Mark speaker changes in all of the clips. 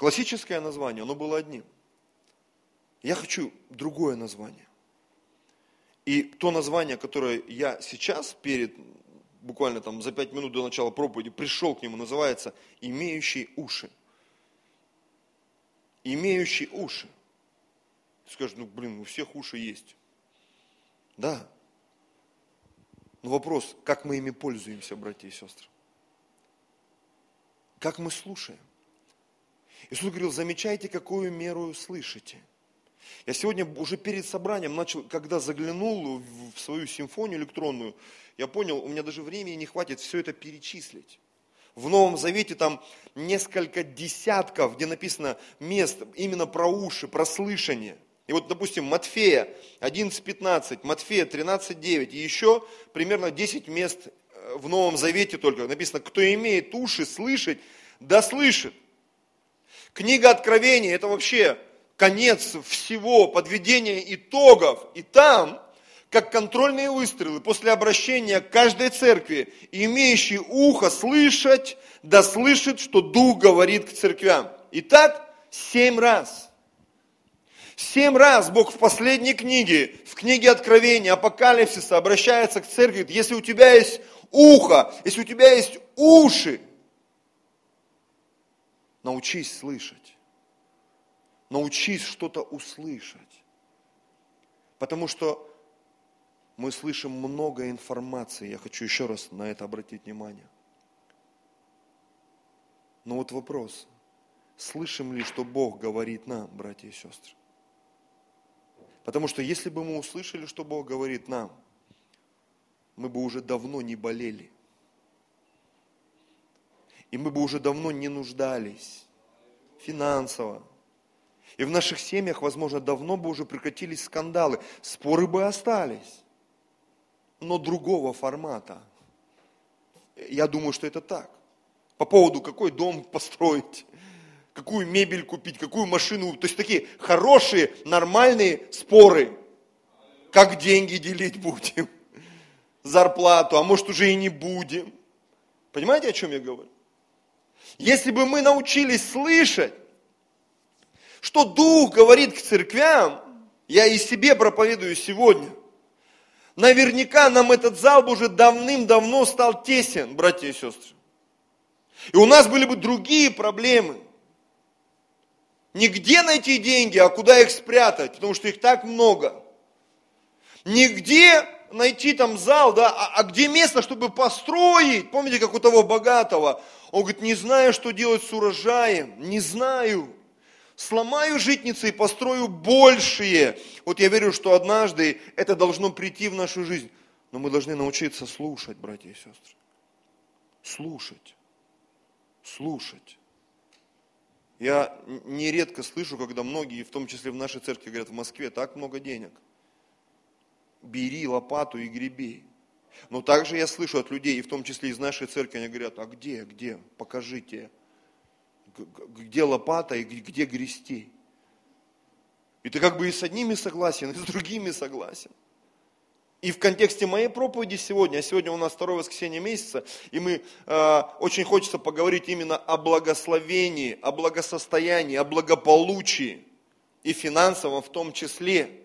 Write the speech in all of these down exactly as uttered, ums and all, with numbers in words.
Speaker 1: классическое название, оно было одним. Я хочу другое название. И то название, которое я сейчас, перед, буквально там за пять минут до начала проповеди, пришел к нему, называется «Имеющий уши». Имеющий уши. Скажешь, ну блин, у всех уши есть. Да. Но вопрос, как мы ими пользуемся, братья и сестры? Как мы слушаем? Иисус говорил, замечайте, какую меру слышите. Я сегодня уже перед собранием начал, когда заглянул в свою симфонию электронную, я понял, у меня даже времени не хватит все это перечислить. В Новом Завете там несколько десятков, где написано мест именно про уши, про слышание. И вот, допустим, Матфея одиннадцать пятнадцать, Матфея тринадцать девять, и еще примерно десять мест в Новом Завете только написано, кто имеет уши слышать, да слышит. Книга Откровения, это вообще конец всего, подведение итогов. И там, как контрольные выстрелы, после обращения к каждой церкви, имеющий ухо слышать, да слышит, что Дух говорит к церквям. Итак, семь раз. Семь раз Бог в последней книге, в книге Откровения, Апокалипсиса обращается к церкви, говорит, если у тебя есть ухо, если у тебя есть уши, научись слышать. Научись что-то услышать. Потому что мы слышим много информации. Я хочу еще раз на это обратить внимание. Но вот вопрос. Слышим ли, что Бог говорит нам, братья и сестры? Потому что если бы мы услышали, что Бог говорит нам, мы бы уже давно не болели. И мы бы уже давно не нуждались финансово. И в наших семьях, возможно, давно бы уже прекратились скандалы. Споры бы остались. Но другого формата. Я думаю, что это так. По поводу, какой дом построить, какую мебель купить, какую машину. То есть такие хорошие, нормальные споры. Как деньги делить будем? Зарплату, а может уже и не будем. Понимаете, о чем я говорю? Если бы мы научились слышать, что Дух говорит к церквям, я и себе проповедую сегодня, наверняка нам этот зал бы уже давным-давно стал тесен, братья и сестры. И у нас были бы другие проблемы. Не где найти деньги, а куда их спрятать, потому что их так много. Не где найти там зал, да, а, а где место, чтобы построить. Помните, как у того богатого? Он говорит, не знаю, что делать с урожаем, не знаю. Сломаю житницы и построю большие. Вот я верю, что однажды это должно прийти в нашу жизнь. Но мы должны научиться слушать, братья и сестры. Слушать. Слушать. Я нередко слышу, когда многие, в том числе в нашей церкви, говорят, в Москве так много денег. Бери лопату и греби. Но также я слышу от людей, и в том числе из нашей церкви, они говорят, а где, где, покажите, где лопата и где грести. И ты как бы и с одними согласен, и с другими согласен. И в контексте моей проповеди сегодня, а сегодня у нас второе воскресенье месяца, и мы э, очень хочется поговорить именно о благословении, о благосостоянии, о благополучии, и финансовом в том числе.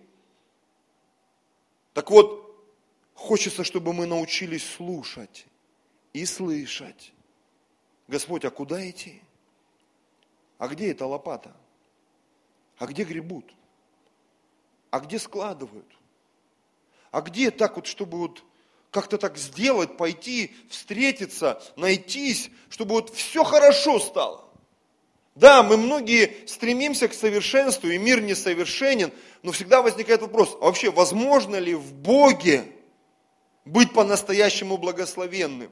Speaker 1: Так вот, хочется, чтобы мы научились слушать и слышать. Господь, а куда идти? А где эта лопата? А где гребут? А где складывают? А где так вот, чтобы вот как-то так сделать, пойти, встретиться, найтись, чтобы вот все хорошо стало? Да, мы многие стремимся к совершенству, и мир несовершенен, но всегда возникает вопрос, а вообще возможно ли в Боге быть по-настоящему благословенным?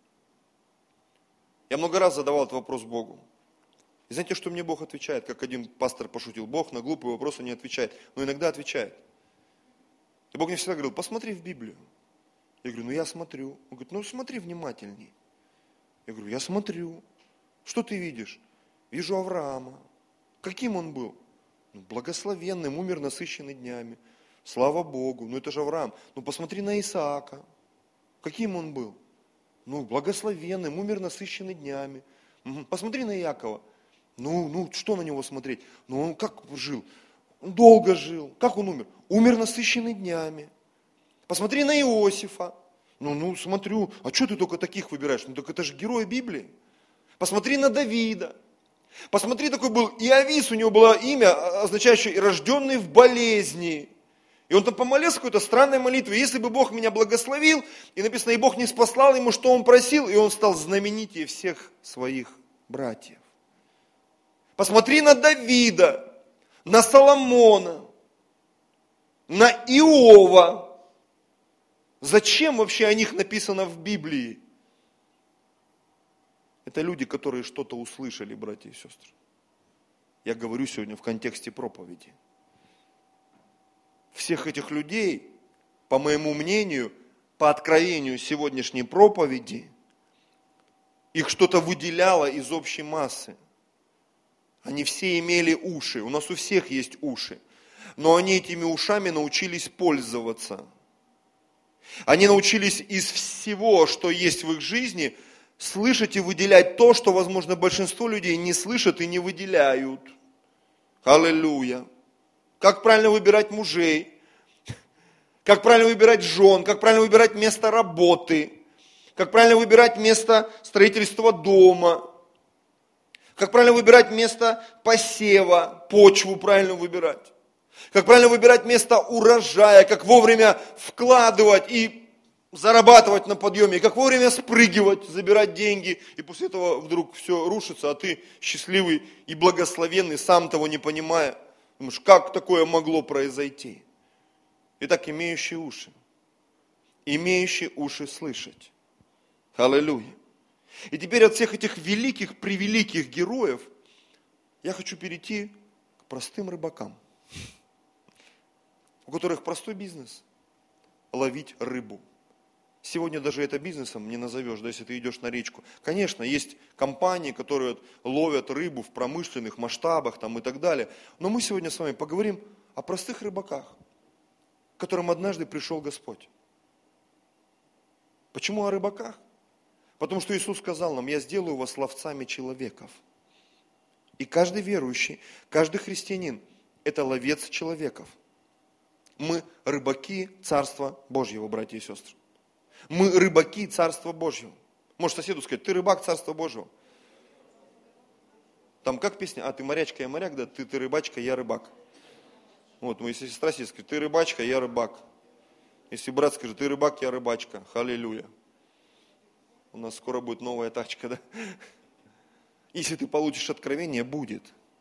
Speaker 1: Я много раз задавал этот вопрос Богу. И знаете, что мне Бог отвечает? Как один пастор пошутил, Бог на глупые вопросы не отвечает, но иногда отвечает. И Бог мне всегда говорил, посмотри в Библию. Я говорю, ну я смотрю. Он говорит, ну смотри внимательней. Я говорю, я смотрю. Что ты видишь? Вижу Авраама. Каким он был? Ну, благословенным, умер насыщенный днями. Слава Богу, ну это же Авраам. Ну посмотри на Исаака. Каким он был? Ну благословенным, умер насыщенный днями. Угу. Посмотри на Иакова. Ну, ну, что на него смотреть? Ну, он как жил? Он долго жил. Как он умер? Умер насыщенный днями. Посмотри на Иосифа. Ну, ну, смотрю. А что ты только таких выбираешь? Ну, так это же герой Библии. Посмотри на Давида. Посмотри, такой был Иовис, у него было имя, означающее «рожденный в болезни». И он там помолился какой-то странной молитвой. Если бы Бог меня благословил, и написано, и Бог не спаслал ему, что он просил, и он стал знаменитее всех своих братьев. Посмотри на Давида, на Соломона, на Иова. Зачем вообще о них написано в Библии? Это люди, которые что-то услышали, братья и сестры. Я говорю сегодня в контексте проповеди. Всех этих людей, по моему мнению, по откровению сегодняшней проповеди, их что-то выделяло из общей массы. Они все имели уши, у нас у всех есть уши, но они этими ушами научились пользоваться. Они научились из всего, что есть в их жизни, слышать и выделять то, что, возможно, большинство людей не слышат и не выделяют. Аллилуйя. Как правильно выбирать мужей, как правильно выбирать жен, как правильно выбирать место работы, как правильно выбирать место строительства дома, как правильно выбирать место посева, почву правильно выбирать, как правильно выбирать место урожая, как вовремя вкладывать и зарабатывать на подъеме, как вовремя спрыгивать, забирать деньги, и после этого вдруг все рушится, а ты счастливый и благословенный, сам того не понимая. Думаешь, как такое могло произойти? Итак, имеющие уши, имеющие уши слышать. Аллилуйя. И теперь от всех этих великих, превеликих героев я хочу перейти к простым рыбакам, у которых простой бизнес – ловить рыбу. Сегодня даже это бизнесом не назовешь, да, если ты идешь на речку. Конечно, есть компании, которые ловят рыбу в промышленных масштабах там, и так далее. Но мы сегодня с вами поговорим о простых рыбаках, к которым однажды пришел Господь. Почему о рыбаках? Потому что Иисус сказал нам, я сделаю вас ловцами человеков. И каждый верующий, каждый христианин – это ловец человеков. Мы рыбаки Царства Божьего, братья и сестры. Мы рыбаки Царства Божьего. Можешь соседу сказать, ты рыбак Царства Божьего. Там как песня? А, ты морячка, я моряк, да? Ты, ты рыбачка, я рыбак. Вот, если сестра сидит, скажет, ты рыбачка, я рыбак. Если брат скажет, ты рыбак, я рыбачка. Аллилуйя. У нас скоро будет новая тачка, да? Если ты получишь откровение, будет.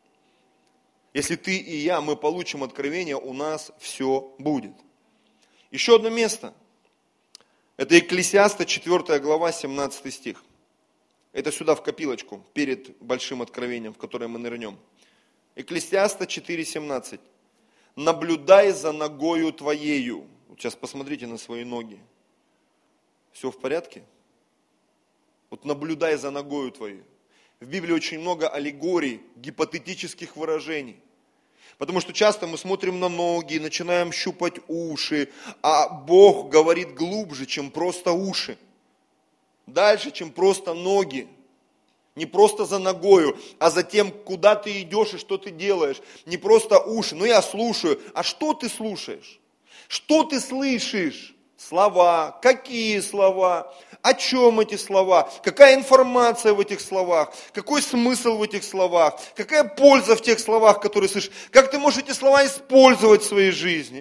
Speaker 1: Если ты и я, мы получим откровение, у нас все будет. Еще одно место. Это Екклесиаста, четвёртая глава, семнадцатый стих. Это сюда в копилочку, перед большим откровением, в которое мы нырнем. Екклесиаста четыре семнадцать. Наблюдай за ногою твоею. Сейчас посмотрите на свои ноги. Все в порядке? Вот наблюдай за ногою твоей. В Библии очень много аллегорий, гипотетических выражений. Потому что часто мы смотрим на ноги, начинаем щупать уши, а Бог говорит глубже, чем просто уши. Дальше, чем просто ноги. Не просто за ногою, а за тем, куда ты идешь и что ты делаешь. Не просто уши, но я слушаю. А что ты слушаешь? Что ты слышишь? Слова. Какие слова? О чем эти слова? Какая информация в этих словах? Какой смысл в этих словах? Какая польза в тех словах, которые слышишь? Как ты можешь эти слова использовать в своей жизни?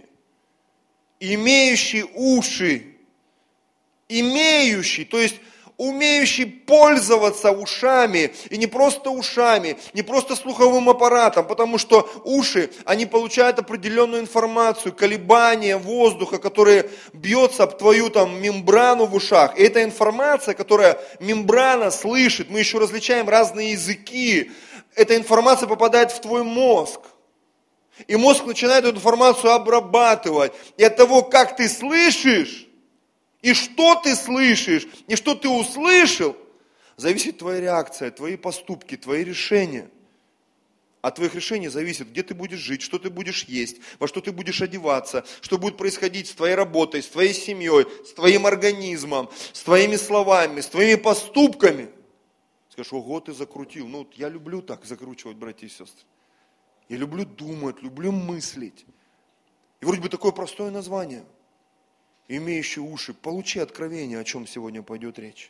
Speaker 1: Имеющий уши, имеющий, то есть умеющий пользоваться ушами, и не просто ушами, не просто слуховым аппаратом, потому что уши, они получают определенную информацию, колебания воздуха, которые бьется об твою там мембрану в ушах. И эта информация, которая мембрана слышит, мы еще различаем разные языки, эта информация попадает в твой мозг. И мозг начинает эту информацию обрабатывать. И от того, как ты слышишь, и что ты слышишь, и что ты услышал, зависит твоя реакция, твои поступки, твои решения. От твоих решений зависит, где ты будешь жить, что ты будешь есть, во что ты будешь одеваться, что будет происходить с твоей работой, с твоей семьей, с твоим организмом, с твоими словами, с твоими поступками. Скажешь, ого, ты закрутил. Ну, я люблю так закручивать, братья и сестры. Я люблю думать, люблю мыслить. И вроде бы такое простое название. Имеющие уши, получи откровение, о чем сегодня пойдет речь.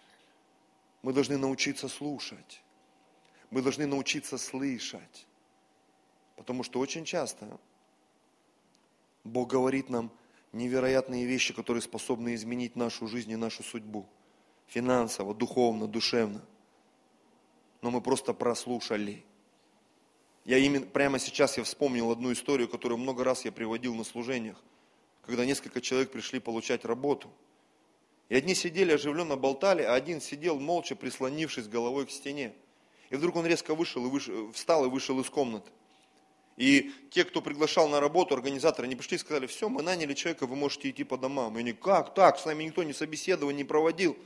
Speaker 1: Мы должны научиться слушать. Мы должны научиться слышать. Потому что очень часто Бог говорит нам невероятные вещи, которые способны изменить нашу жизнь и нашу судьбу. Финансово, духовно, душевно. Но мы просто прослушали. Я именно прямо сейчас я вспомнил одну историю, которую много раз я приводил на служениях, когда несколько человек пришли получать работу. И одни сидели, оживленно болтали, а один сидел молча, прислонившись головой к стене. И вдруг он резко вышел и вышел, встал и вышел из комнаты. И те, кто приглашал на работу, организаторы, они пришли и сказали, все, мы наняли человека, вы можете идти по домам. И они, как так, с нами никто не собеседовал, не проводил.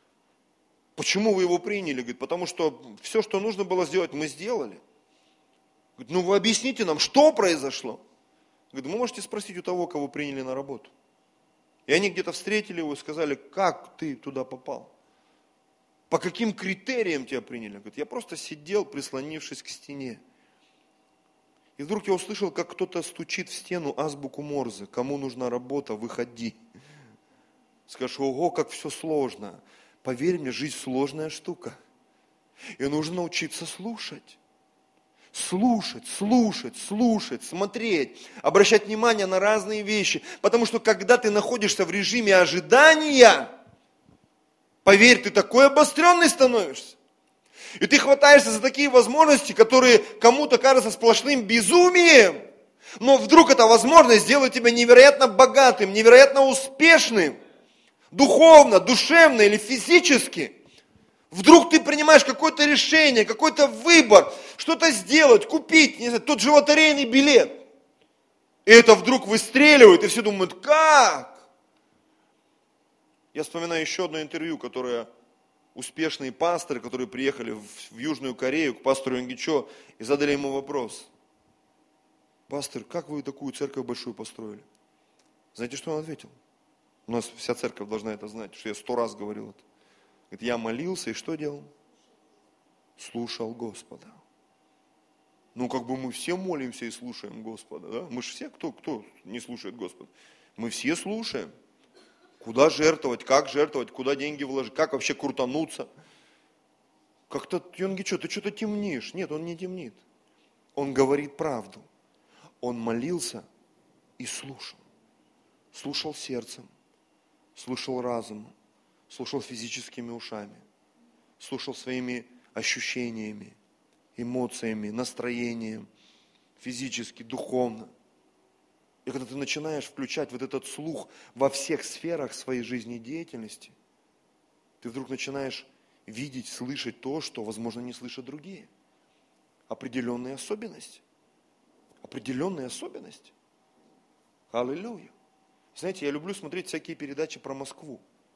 Speaker 1: Почему вы его приняли? Говорит, потому что все, что нужно было сделать, мы сделали. Говорит, ну вы объясните нам, что произошло? Говорит, вы можете спросить у того, кого приняли на работу. И они где-то встретили его и сказали, как ты туда попал? По каким критериям тебя приняли? Говорит, я просто сидел, прислонившись к стене. И вдруг я услышал, как кто-то стучит в стену азбуку Морзе. Кому нужна работа, выходи. Скажешь, ого, как все сложно. Поверь мне, жизнь сложная штука. И нужно научиться слушать. Слушать, слушать, слушать, смотреть, обращать внимание на разные вещи. Потому что когда ты находишься в режиме ожидания, поверь, ты такой обостренный становишься. И ты хватаешься за такие возможности, которые кому-то кажутся сплошным безумием. Но вдруг эта возможность сделает тебя невероятно богатым, невероятно успешным. Духовно, душевно или физически. Вдруг ты принимаешь какое-то решение, какой-то выбор, что-то сделать, купить, не знаю, тот же лотерейный билет. И это вдруг выстреливает, и все думают, как? Я вспоминаю еще одно интервью, которое успешные пасторы, которые приехали в, в Южную Корею к пастору Йонгgi-Чо и задали ему вопрос. Пастор, как вы такую церковь большую построили? Знаете, что он ответил? У нас вся церковь должна это знать, что я сто раз говорил это. Говорит, я молился и что делал? Слушал Господа. Ну, как бы мы все молимся и слушаем Господа, да? Мы же все, кто, кто не слушает Господа? Мы все слушаем. Куда жертвовать, как жертвовать, куда деньги вложить, как вообще крутануться. Как-то, Йонгги-Чо, ты что-то темнишь. Нет, он не темнит. Он говорит правду. Он молился и слушал. Слушал сердцем, слушал разумом, слушал физическими ушами, слушал своими ощущениями, эмоциями, настроением, физически, духовно. И когда ты начинаешь включать вот этот слух во всех сферах своей жизнедеятельности, ты вдруг начинаешь видеть, слышать то, что, возможно, не слышат другие. Определенные особенности. Определенные особенности. Аллилуйя. Знаете, я люблю смотреть всякие передачи про Москву.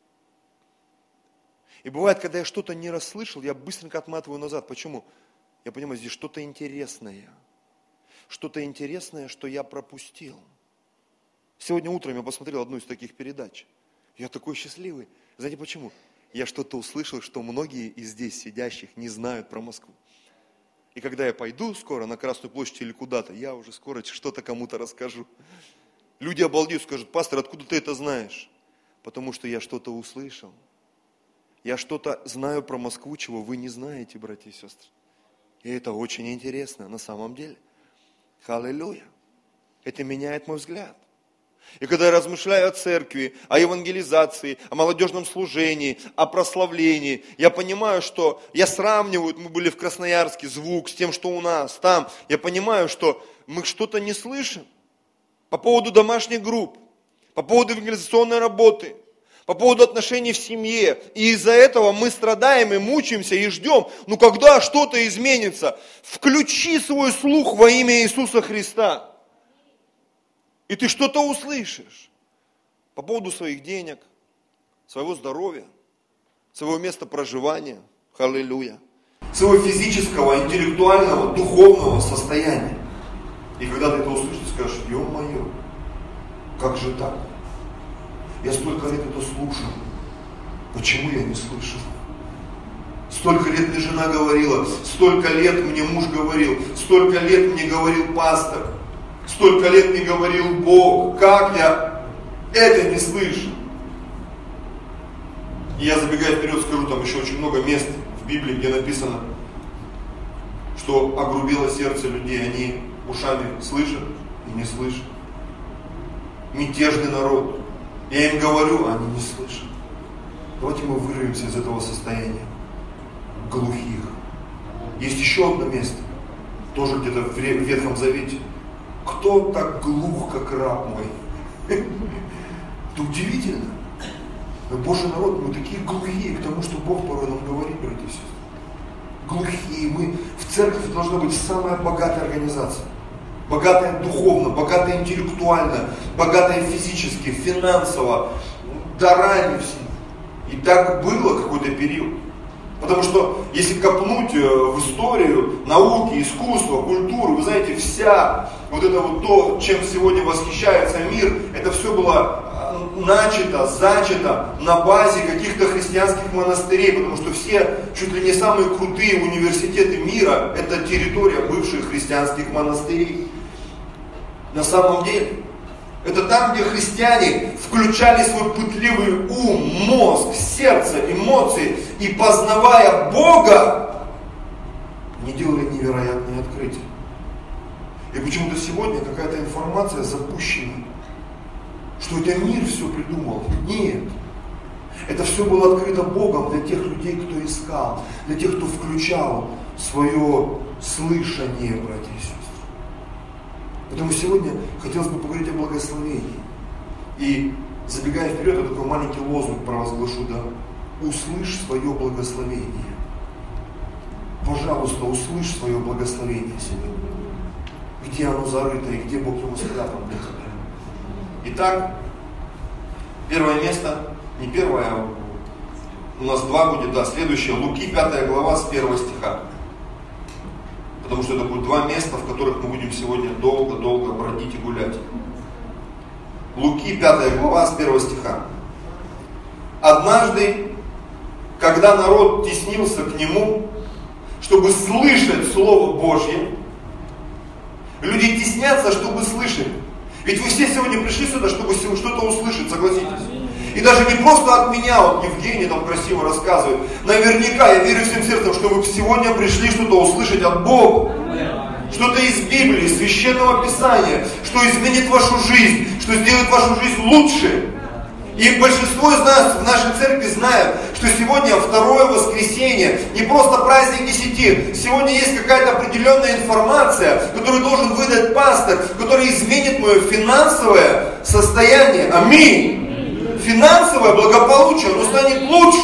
Speaker 1: И бывает, когда я что-то не расслышал, я быстренько отматываю назад. Почему? Я понимаю, здесь что-то интересное. Что-то интересное, что я пропустил. Сегодня утром я посмотрел одну из таких передач. Я такой счастливый. Знаете почему? Я что-то услышал, что многие из здесь сидящих не знают про Москву. И когда я пойду скоро на Красную площадь или куда-то, я уже скоро что-то кому-то расскажу. Люди обалдеют, скажут, пастор, откуда ты это знаешь? Потому что я что-то услышал. Я что-то знаю про Москву, чего вы не знаете, братья и сестры. И это очень интересно на самом деле. Аллилуйя. Это меняет мой взгляд. И когда я размышляю о церкви, о евангелизации, о молодежном служении, о прославлении, я понимаю, что я сравниваю, мы были в Красноярске, звук с тем, что у нас там. Я понимаю, что мы что-то не слышим по поводу домашних групп, по поводу евангелизационной работы, по поводу отношений в семье. И из-за этого мы страдаем и мучаемся и ждем. Ну когда что-то изменится, включи свой слух во имя Иисуса Христа. И ты что-то услышишь по поводу своих денег, своего здоровья, своего места проживания, аллилуйя, своего физического, интеллектуального, духовного состояния. И когда ты это услышишь, ты скажешь, ё-моё, как же так? Я столько лет это слушал, почему я не слышал? Столько лет мне жена говорила, столько лет мне муж говорил, столько лет мне говорил пастор, столько лет мне говорил Бог. Как я это не слышу? И я, забегая вперед, скажу, там еще очень много мест в Библии, где написано, что огрубело сердце людей, они ушами слышат и не слышат. Мятежный народ. Я им говорю, а они не слышат. Давайте мы вырвемся из этого состояния глухих. Есть еще одно место, тоже где-то в Ветхом Завете. Кто так глух, как раб мой? Это удивительно. Но Божий народ, мы такие глухие к тому, что Бог порой нам говорит, братья и сестры. Глухие. Мы в церкви должна быть самая богатая организация. Богатая духовно, богатая интеллектуально, богатая физически, финансово, дарами всеми. И так было какой-то период. Потому что, если копнуть в историю науки, искусства, культуры, вы знаете, вся вот это вот то, чем сегодня восхищается мир, это все было начато, зачато на базе каких-то христианских монастырей, потому что все, чуть ли не самые крутые университеты мира, это территория бывших христианских монастырей. На самом деле, это там, где христиане включали свой пытливый ум, мозг, сердце, эмоции, и познавая Бога, они делали невероятные открытия. И почему-то сегодня какая-то информация запущена, что это мир все придумал. Нет. Это все было открыто Богом для тех людей, кто искал, для тех, кто включал свое слышание, братья и сестры. Поэтому сегодня хотелось бы поговорить о благословении. И забегая вперед, я такой маленький лозунг провозглашу, да. Услышь свое благословение. Пожалуйста, услышь свое благословение сегодня. Где оно зарыто и где Бог его спрятал для тебя. Итак, первое место, не первое, а у нас два будет, да, следующее, Луки, пятая глава, с первого стиха. Потому что это будет два места, в которых мы будем сегодня долго-долго бродить и гулять. Луки, пятая глава, с первого стиха. Однажды, когда народ теснился к нему, чтобы слышать Слово Божье, люди теснятся, чтобы слышать. Ведь вы все сегодня пришли сюда, чтобы что-то услышать, согласитесь. И даже не просто от меня, вот Евгений там красиво рассказывает. Наверняка, я верю всем сердцем, что вы сегодня пришли что-то услышать от Бога. Что-то из Библии, Священного Писания, что изменит вашу жизнь, что сделает вашу жизнь лучше. И большинство из нас в нашей церкви знают, что сегодня второе воскресенье, не просто праздник десяти. Сегодня есть какая-то определенная информация, которую должен выдать пастор, которая изменит мое финансовое состояние. Аминь. Финансовое благополучие, оно станет лучше.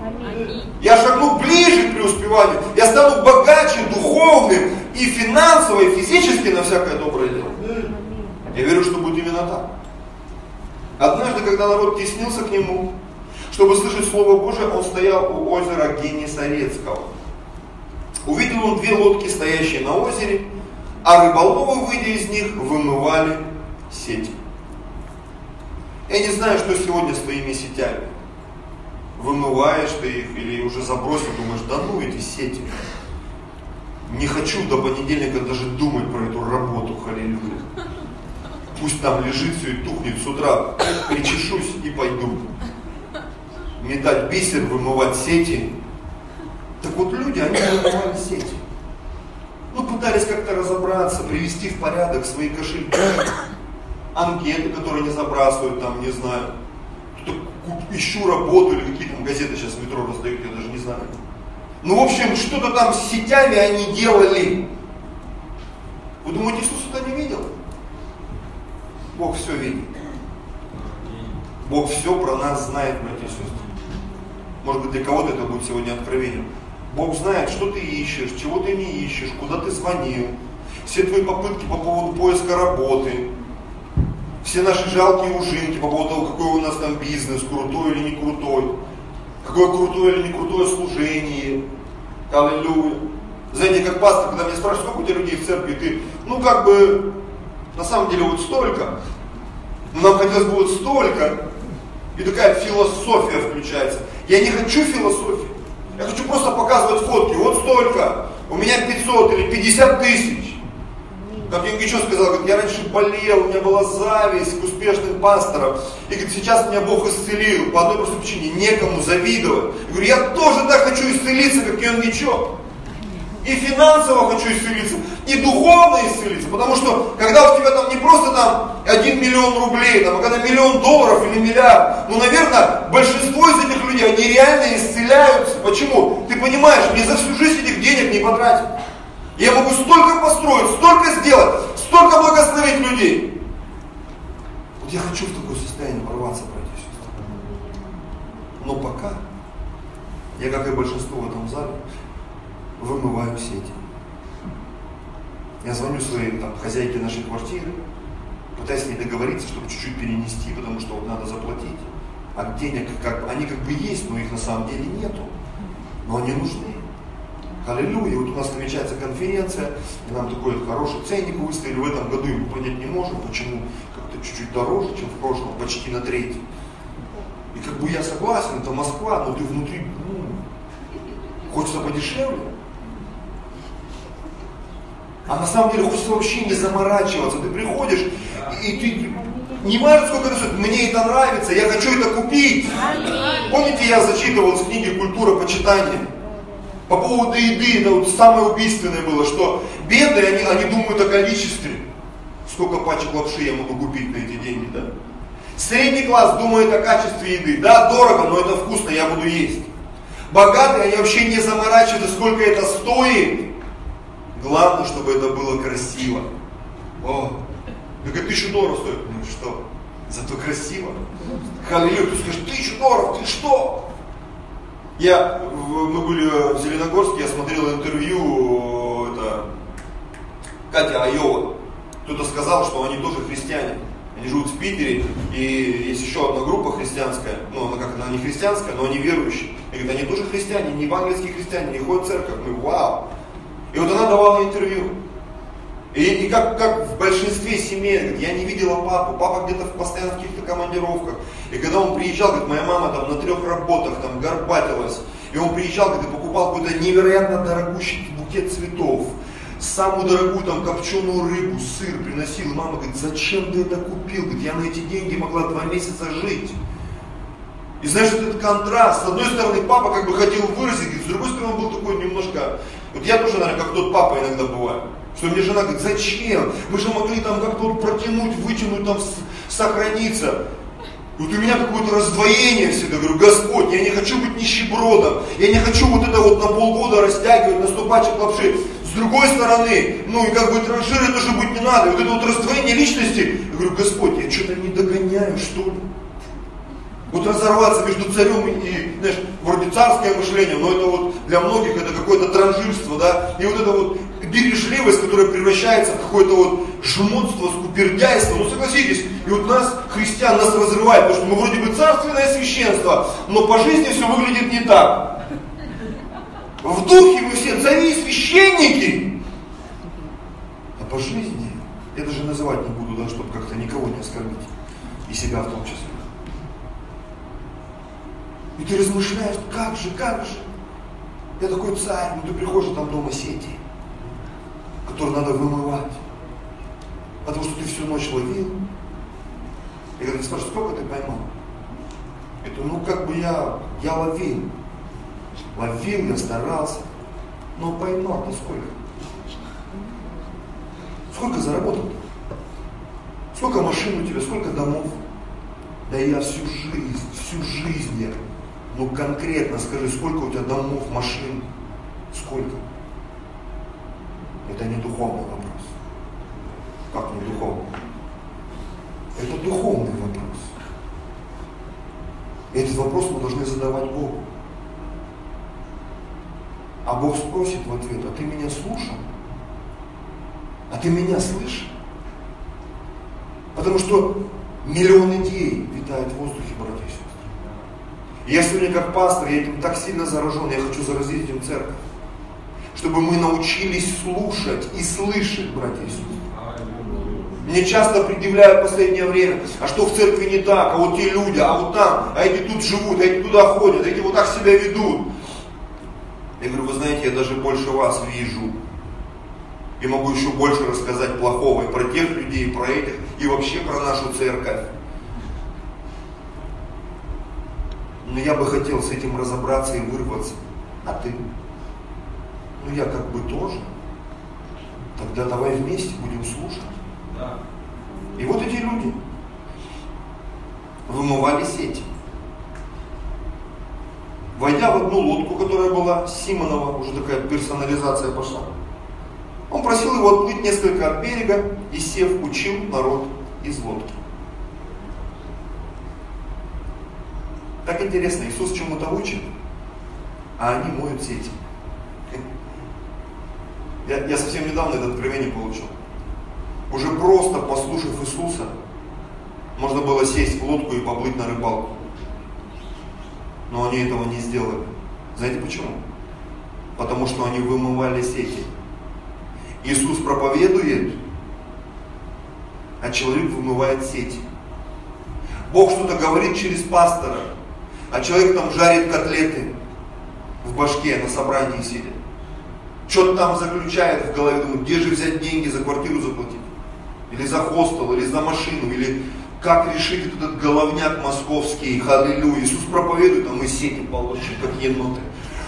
Speaker 1: Я шагну ближе к преуспеванию. Я стану богаче, духовным и финансово, и физически на всякое доброе дело. Я верю, что будет именно так. Однажды, когда народ теснился к нему, чтобы слышать Слово Божие, он стоял у озера Генесарецкого. Увидел он две лодки, стоящие на озере, а рыболовы, выйдя из них, вымывали сети. Я не знаю, что сегодня с твоими сетями. Вымываешь ты их или уже забросил, думаешь, да ну эти сети. Не хочу до понедельника даже думать про эту работу, халилюя. Пусть там лежит все и тухнет, с утра причешусь и пойду. Метать бисер, вымывать сети. Так вот люди, они вымывали сети. Ну, пытались как-то разобраться, привести в порядок свои кошельки. Анкеты, которые не забрасывают, там, не знаю. Ищу работу или какие там газеты сейчас в метро раздают, я даже не знаю. Ну, в общем, что-то там с сетями они делали. Вы думаете, Иисус это не видел? Бог все видит. Бог все про нас знает, братья и сестры. Может быть, для кого-то это будет сегодня откровением. Бог знает, что ты ищешь, чего ты не ищешь, куда ты звонил. Все твои попытки по поводу поиска работы. Все наши жалкие ужинки по поводу того, какой у нас там бизнес, крутой или не крутой. Какое крутое или не крутое служение. Аллилуйя. Знаете, как пастор, когда меня спрашивают, сколько у тебя людей в церкви, ты, ну как бы, на самом деле вот столько. Но нам хотелось бы вот столько. И такая философия включается. Я не хочу философии. Я хочу просто показывать фотки. Вот столько. У меня пятьсот или пятьдесят тысяч. Как Юнгичу сказал, говорит, я раньше болел, у меня была зависть к успешным пасторам. И говорит, сейчас меня Бог исцелил. По одной простой причине, некому завидовать. Я говорю, я тоже так хочу исцелиться, как Юнгичу. И финансово хочу исцелиться, и духовно исцелиться. Потому что, когда у тебя там не просто там один миллион рублей, там, а когда миллион долларов или миллиард, ну, наверное, большинство из этих людей, они реально исцеляются. Почему? Ты понимаешь, мне за всю жизнь этих денег не потратить. Я могу столько построить, столько сделать, столько благословить людей. Вот я хочу в такое состояние ворваться, братья и сестры. Но пока, я, как и большинство в этом зале, вымываю сети. Я звоню своей там, хозяйке нашей квартиры, пытаюсь с ней договориться, чтобы чуть-чуть перенести, потому что вот надо заплатить. А денег, как, они как бы есть, но их на самом деле нету. Но они нужны. Аллилуйя. Вот у нас намечается конференция, и нам такой хороший ценник выставили. В этом году его понять не можем, почему как-то чуть-чуть дороже, чем в прошлом, почти на треть. И как бы я согласен, это Москва, но ты внутри, ну, хочется подешевле. А на самом деле хочется вообще не заморачиваться. Ты приходишь, и ты не важно, сколько это стоит, мне это нравится, я хочу это купить. Помните, я зачитывал из книги «Культура почитания»? По поводу еды, это вот самое убийственное было, что бедные, они, они думают о количестве. Сколько пачек лапши я могу купить на эти деньги, да? Средний класс думает о качестве еды. Да, дорого, но это вкусно, я буду есть. Богатые, они вообще не заморачиваются, сколько это стоит. Главное, чтобы это было красиво. О, так это тысячу долларов стоит. Ну что, зато красиво. Аллилуйя, ты скажешь, тысячу долларов, ты что? Я, мы были в Зеленогорске, я смотрел интервью, это, Катя Айова. Кто-то сказал, что они тоже христиане. Они живут в Питере, и есть еще одна группа христианская, ну, она как она не христианская, но они верующие. И говорят, они тоже христиане, не евангельские христиане, не ходят в церковь. Мы, вау. И вот она давала интервью. И, и как, как в большинстве семей, говорит, я не видела папу, папа где-то постоянно в каких-то командировках. И когда он приезжал, говорит, моя мама там на трех работах там горбатилась. И он приезжал, говорит, и покупал какой-то невероятно дорогущий букет цветов. Самую дорогую там копченую рыбу, сыр приносил. И мама говорит, зачем ты это купил? Говорит, я на эти деньги могла два месяца жить. И знаешь, вот этот контраст. С одной стороны, папа как бы хотел выразить, говорит, с другой стороны, он был такой немножко... Вот я тоже, наверное, как тот папа иногда бываю. Что мне жена говорит, зачем? Мы же могли там как-то вот протянуть, вытянуть, там сохраниться. И вот у меня какое-то раздвоение всегда. Говорю, Господь, я не хочу быть нищебродом. Я не хочу вот это вот на полгода растягивать на сто пачек лапши. С другой стороны, ну и как бы транжиры тоже быть не надо. И вот это вот раздвоение личности. Я говорю, Господь, я что-то не догоняю, что ли? Вот разорваться между царем и, знаешь, вроде царское мышление, но это вот для многих это какое-то транжирство, да, и вот это вот бережливость, которая превращается в какое-то вот жмотство, скупердяйство, ну согласитесь, и вот нас, христиан, нас разрывает, потому что мы вроде бы царственное священство, но по жизни все выглядит не так. В духе мы все цари и священники, а по жизни, я даже называть не буду, да, чтобы как-то никого не оскорбить, и себя в том числе. И ты размышляешь, как же, как же. Я такой царь, ну ты приходишь, там дома сети, которые надо вымывать. Потому что ты всю ночь ловил. И когда ты спрашиваешь, сколько ты поймал? Это, ну как бы я, я ловил. Ловил, я старался. Но поймал-то сколько? Сколько заработал? Сколько машин у тебя, сколько домов? Да я всю жизнь, всю жизнь я. Ну конкретно скажи, сколько у тебя домов, машин, сколько? Это не духовный вопрос. Как не духовный? Это духовный вопрос. И этот вопрос мы должны задавать Богу. А Бог спросит в ответ, а ты меня слушал? А ты меня слышишь? Потому что миллион идей витает в воздухе, братья и сестры. И я сегодня как пастор, я этим так сильно заражен, я хочу заразить этим церковь. Чтобы мы научились слушать и слышать, братья и сестры. Мне часто предъявляют в последнее время, а что в церкви не так, а вот те люди, а вот там, а эти тут живут, а эти туда ходят, а эти вот так себя ведут. Я говорю, вы знаете, я даже больше вас вижу. И могу еще больше рассказать плохого и про тех людей, и про этих, и вообще про нашу церковь. Но я бы хотел с этим разобраться и вырваться. А ты? Ну я как бы тоже. Тогда давай вместе будем слушать. Да. И вот эти люди вымывали сети. Войдя в одну лодку, которая была Симонова, уже такая персонализация пошла, он просил его отплыть несколько от берега и, сев, учил народ из лодки. Так интересно, Иисус чему-то учит, а они моют сети. Я, я совсем недавно это откровение получил. Уже просто послушав Иисуса, можно было сесть в лодку и поплыть на рыбалку. Но они этого не сделали. Знаете почему? Потому что они вымывали сети. Иисус проповедует, а человек вымывает сети. Бог что-то говорит через пастора, а человек там жарит котлеты в башке, на собрании сидит. Что-то там заключает в голове, думает, где же взять деньги за квартиру заплатить? Или за хостел, или за машину, или как решить этот головняк московский, аллилуйя. Иисус проповедует, а мы сети получим, как еноты.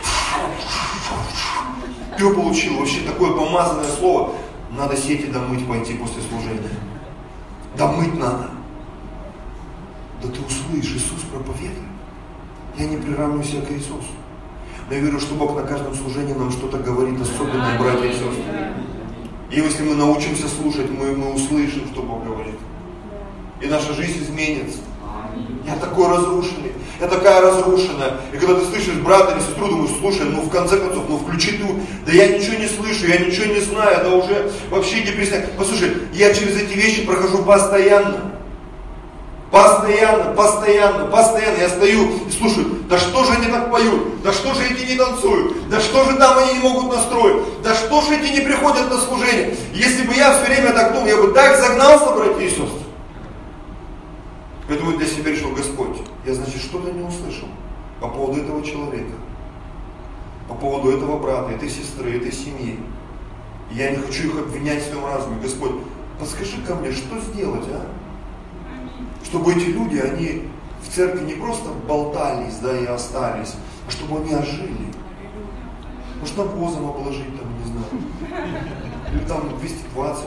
Speaker 1: Что получил? Вообще такое помазанное слово. Надо сети домыть пойти после служения. Домыть надо. Да ты услышишь, Иисус проповедует. Я не приравниваю себя к Иисусу. Но я верю, что Бог на каждом служении нам что-то говорит особенное, братья и сестры. И если мы научимся слушать, мы, мы услышим, что Бог говорит. И наша жизнь изменится. Я такой разрушенный, я такая разрушенная. И когда ты слышишь брата или сестру, думаешь, слушай, ну в конце концов, ну включи ты. Да я ничего не слышу, я ничего не знаю, да уже вообще депрессия. Послушай, я через эти вещи прохожу постоянно. Постоянно, постоянно, постоянно. Я стою и слушаю, да что же они так поют, да что же эти не танцуют, да что же там они не могут настроить, да что же эти не приходят на служение. Если бы я все время так думал, я бы так загнался, братья и сестры. Поэтому для себя решил, Господь, я, значит, что-то не услышал по поводу этого человека, по поводу этого брата, этой сестры, этой семьи. Я не хочу их обвинять в своем разуме. Господь, подскажи ко мне, что сделать, а? Чтобы эти люди, они в церкви не просто болтались, да, и остались, а чтобы они ожили. Может, навозом обложить, там, не знаю. Или там двести двадцать.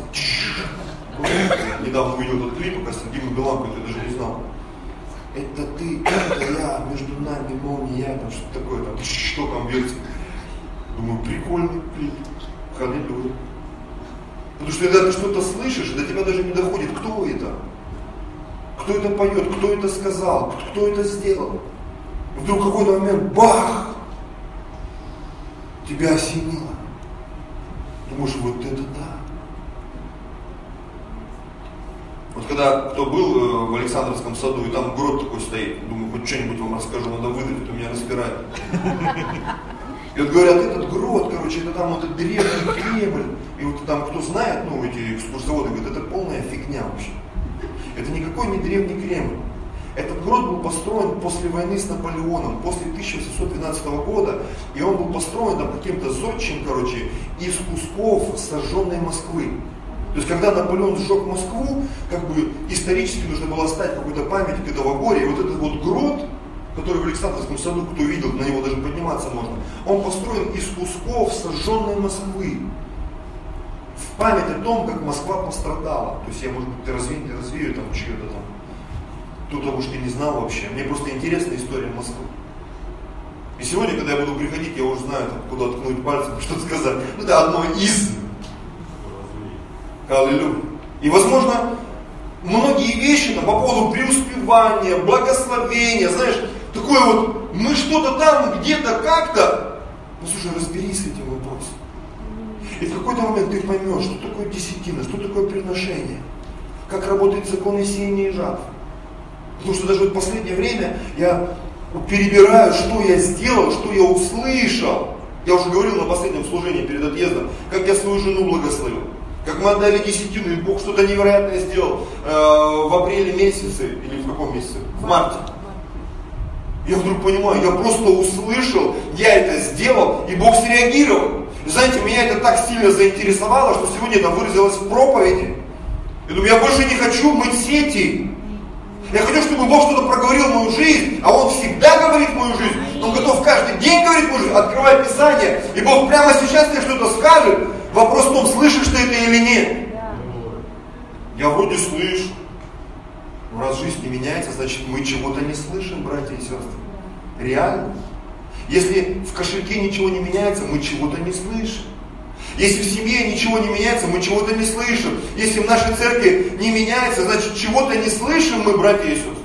Speaker 1: Я недавно увидел этот клип, оказывается, Дима Беланко, я даже не знал. Это ты, это я, между нами молния, там что-то такое, там, что там вертится. Думаю, прикольный клип. Аллилуйя. Потому что когда ты что-то слышишь, до тебя даже не доходит, кто это. Кто это поет, кто это сказал, кто это сделал. И вдруг в какой-то момент, бах! Тебя осенило. Думаешь, вот это да. Вот когда кто был в Александровском саду, и там грот такой стоит, думаю, хоть что-нибудь вам расскажу, надо выдать, а то меня распирает. И вот говорят, этот грот, короче, это там вот этот древний Кремль. И вот там, кто знает, ну, эти экскурсоводы, говорят, это полная фигня вообще. Это никакой не древний Кремль. Этот грот был построен после войны с Наполеоном, после тысяча восемьсот двенадцатого года, и он был построен там каким-то зодчим, короче, из кусков сожженной Москвы. То есть, когда Наполеон сжег Москву, как бы исторически нужно было оставить какой-то памятник этого горя, и вот этот вот грот, который в Александровском саду, кто видел, на него даже подниматься можно, он построен из кусков сожженной Москвы. В память о том, как Москва пострадала. То есть я, может быть, развею, не развею там чье-то там. Кто-то уж не знал вообще. Мне просто интересна история Москвы. И сегодня, когда я буду приходить, я уже знаю, там, куда ткнуть пальцем, что сказать. Ну, это одно из. Аллилуйя. И, возможно, многие вещи там, по поводу преуспевания, благословения, знаешь, такое вот, мы что-то там, где-то, как-то. Ну, слушай, разберись с этим вопросом. И в какой-то момент ты поймешь, что такое десятина, что такое приношение, как работает закон сеяния и жатвы. Потому что даже вот в последнее время я перебираю, что я сделал, что я услышал. Я уже говорил на последнем служении перед отъездом, как я свою жену благословил. Как мы отдали десятину, и Бог что-то невероятное сделал э, в апреле месяце, или в каком месяце? В марте. Я вдруг понимаю, я просто услышал, я это сделал, и Бог среагировал. И знаете, меня это так сильно заинтересовало, что сегодня это выразилось в проповеди. Я думаю, я больше не хочу мыть сети. Я хочу, чтобы Бог что-то проговорил в мою жизнь, а Он всегда говорит в мою жизнь. Он готов каждый день говорить в мою жизнь, открывать Писание. И Бог прямо сейчас тебе что-то скажет. Вопрос в том, слышишь ты это или нет. Я вроде слышу. Но раз жизнь не меняется, значит мы чего-то не слышим, братья и сестры. Реально. Если в кошельке ничего не меняется, мы чего-то не слышим. Если в семье ничего не меняется, мы чего-то не слышим. Если в нашей церкви не меняется, значит чего-то не слышим мы, братья и сестры.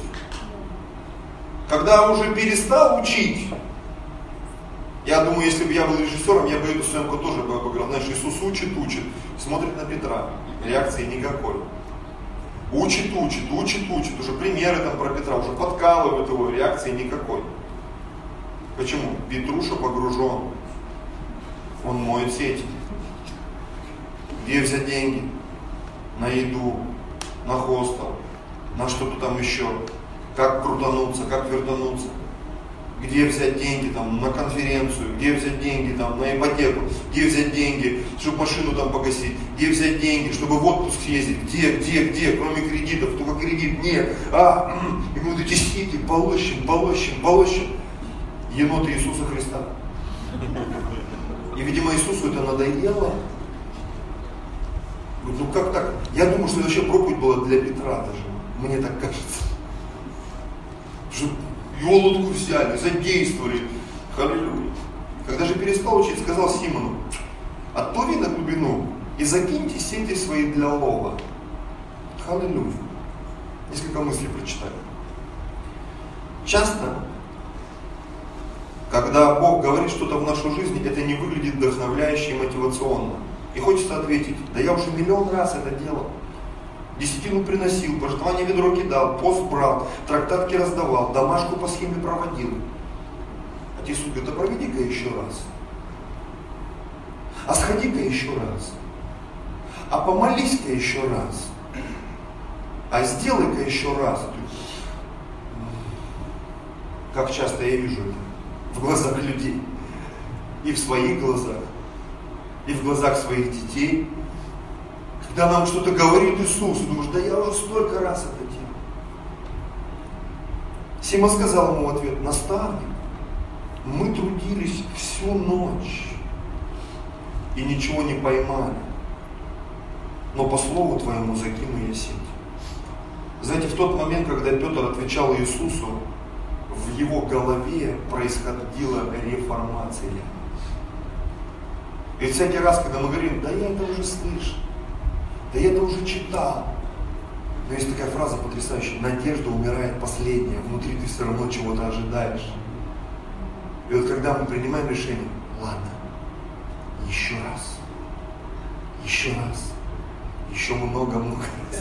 Speaker 1: Когда уже перестал учить, я думаю, если бы я был режиссером, я бы эту съемку тоже бы обыграл. Знаешь, Иисус учит, учит, смотрит на Петра, реакции никакой. Учит, учит, учит, учит, уже примеры там про Петра, уже подкалывает его, реакции никакой. Почему? Петруша погружен, он моет сети. Где взять деньги? На еду, на хостел, на что-то там еще. Как крутануться, как вертануться. Где взять деньги там на конференцию, где взять деньги там на ипотеку, где взять деньги, чтобы машину там погасить, где взять деньги, чтобы в отпуск съездить, где, где, где, кроме кредитов, только кредит нет. А, и мы вот эти сети полощем, полощем, полощем. Еноты Иисуса Христа. И, видимо, Иисусу это надоело. Ну как так? Я думаю, что это вообще проповедь была для Петра даже. Мне так кажется. Что его лодку взяли, задействовали. Халилюя. Когда же перестал учить, сказал Симону: отплыви на глубину и закиньте сети свои для лова. Халилюя. Несколько мыслей прочитаю. Часто, когда Бог говорит что-то в нашу жизнь, это не выглядит вдохновляюще и мотивационно. И хочется ответить: да я уже миллион раз это делал. Десятину приносил, пожертвование ведро кидал, пост брал, трактатки раздавал, домашку по схеме проводил. Отец говорит: да проведи-ка еще раз. А сходи-ка еще раз. А помолись-ка еще раз. А сделай-ка еще раз. Как часто я вижу это в глазах людей. И в своих глазах. И в глазах своих детей. Когда нам что-то говорит Иисус, и думаешь: да я уже столько раз это делал. Сима сказал ему в ответ: наставник, мы трудились всю ночь и ничего не поймали, но по слову твоему закину я сеть. Знаете, в тот момент, когда Петр отвечал Иисусу, в его голове происходила реформация. И всякий раз, когда мы говорим: да я это уже слышал, да я это уже читал. Но есть такая фраза потрясающая: надежда умирает последняя, внутри ты все равно чего-то ожидаешь. И вот когда мы принимаем решение: ладно, еще раз, еще раз, еще много-много раз.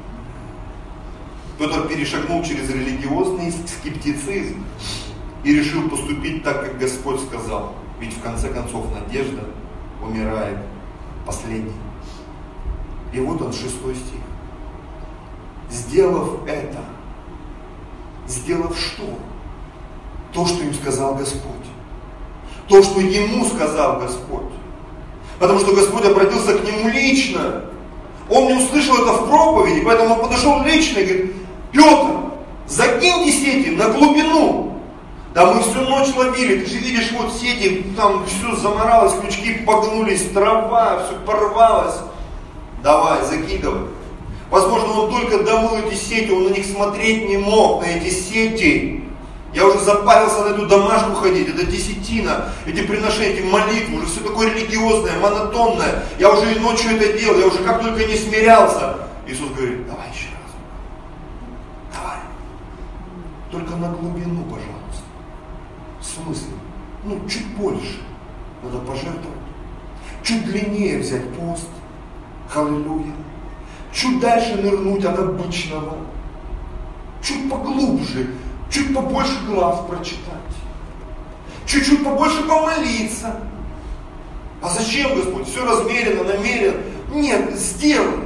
Speaker 1: Петр перешагнул через религиозный скептицизм и решил поступить так, как Господь сказал. Ведь в конце концов надежда умирает последней. И вот он, шестой стих. Сделав это, сделав что? То, что им сказал Господь. То, что ему сказал Господь. Потому что Господь обратился к нему лично. Он не услышал это в проповеди, поэтому он подошел лично и говорит: Петр, закиньте сети на глубину. Да мы всю ночь ловили, ты же видишь, вот сети, там все заморалось, крючки погнулись, трава, все порвалось. Давай, закидывай. Возможно, он только домыл эти сети, он на них смотреть не мог, на эти сети. Я уже запарился на эту домашку ходить, это десятина, эти приношения, эти молитвы, уже все такое религиозное, монотонное. Я уже и ночью это делал, я уже как только не смирялся. Иисус говорит: давай еще раз. Давай. Только на глубину, пожалуйста. В смысле? Ну, чуть больше. Надо пожертвовать. Чуть длиннее взять пост. Халилюя. Чуть дальше нырнуть от обычного. Чуть поглубже. Чуть побольше глав прочитать. Чуть-чуть побольше помолиться. А зачем, Господь? Все размеренно, намеренно. Нет, сделай.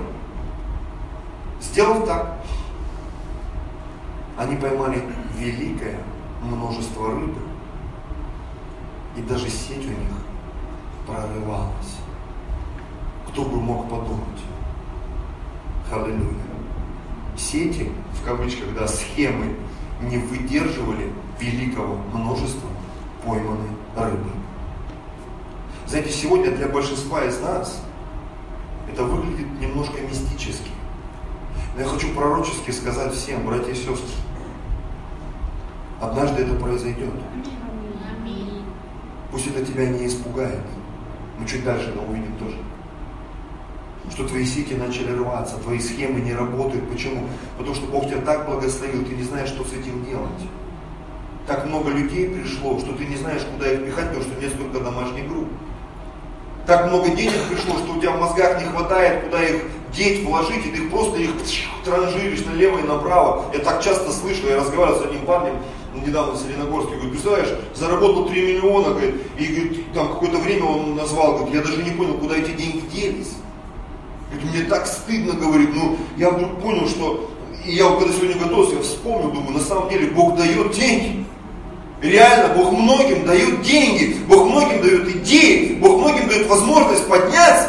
Speaker 1: Сделав так, они поймали великое множество рыбы, и даже сеть у них прорывалась. Кто бы мог подумать? Аллилуйя. Сети, в кавычках, да, схемы не выдерживали великого множества пойманной рыбы. Знаете, сегодня для большинства из нас это выглядит немножко мистически. Но я хочу пророчески сказать всем, братья и сестры, однажды это произойдет. Пусть это тебя не испугает. Мы чуть дальше это увидим тоже. Что твои сети начали рваться, твои схемы не работают. Почему? Потому что Бог тебя так благословил, ты не знаешь, что с этим делать. Так много людей пришло, что ты не знаешь, куда их пихать, потому что нет столько домашних групп. Так много денег пришло, что у тебя в мозгах не хватает, куда их деть, вложить, и ты просто их транжиришь налево и направо. Я так часто слышу, я разговаривал с одним парнем, недавно в Зеленогорске, говорит, представляешь, заработал три миллиона, говорит, и говорит, там какое-то время он назвал, говорит, я даже не понял, куда эти деньги делись. Говорит, мне так стыдно, говорит, ну, я вдруг понял, что, и я вот когда сегодня готовился, я вспомнил, думаю, на самом деле Бог дает деньги. Реально, Бог многим дает деньги, Бог многим дает идеи, Бог многим дает возможность подняться.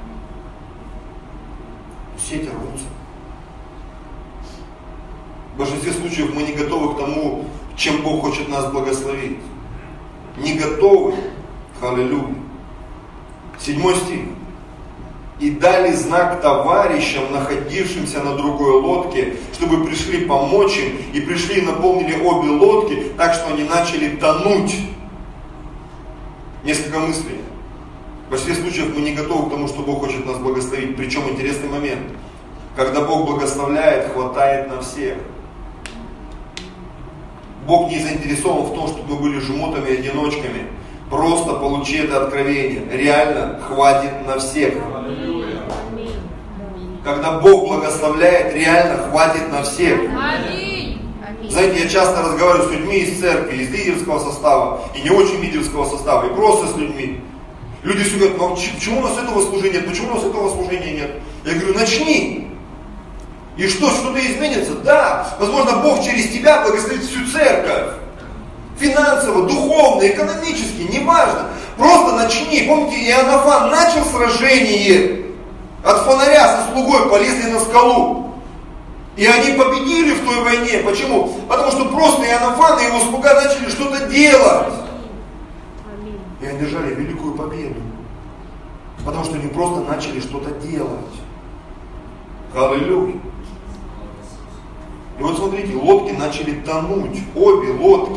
Speaker 1: Сети рвутся. В большинстве случаев мы не готовы к тому, чем Бог хочет нас благословить. Не готовы. Аллилуйя. Седьмой стих. И дали знак товарищам, находившимся на другой лодке, чтобы пришли помочь им, и пришли и наполнили обе лодки, так что они начали тонуть. Несколько мыслей. В большинстве случаев мы не готовы к тому, что Бог хочет нас благословить. Причем интересный момент. Когда Бог благословляет, хватает на всех. Бог не заинтересован в том, чтобы мы были жмотами и одиночками. Просто получи это откровение. Реально хватит на всех. Когда Бог благословляет, реально хватит на всех. Знаете, я часто разговариваю с людьми из церкви, из лидерского состава, и не очень лидерского состава, и просто с людьми. Люди все говорят, ну почему у нас этого служения нет, почему у нас этого служения нет? Я говорю, начни. И что, что-то изменится? Да, возможно, Бог через тебя благословит всю церковь. Финансово, духовно, экономически, неважно. Просто начни. Помните, Иоаннафан начал сражение. От фонаря со слугой полезли на скалу. И они победили в той войне. Почему? Потому что просто Иоаннафан и его слуга начали что-то делать. И они одержали великую победу. Потому что они просто начали что-то делать. Аллилуйя. И вот смотрите, лодки начали тонуть. Обе лодки.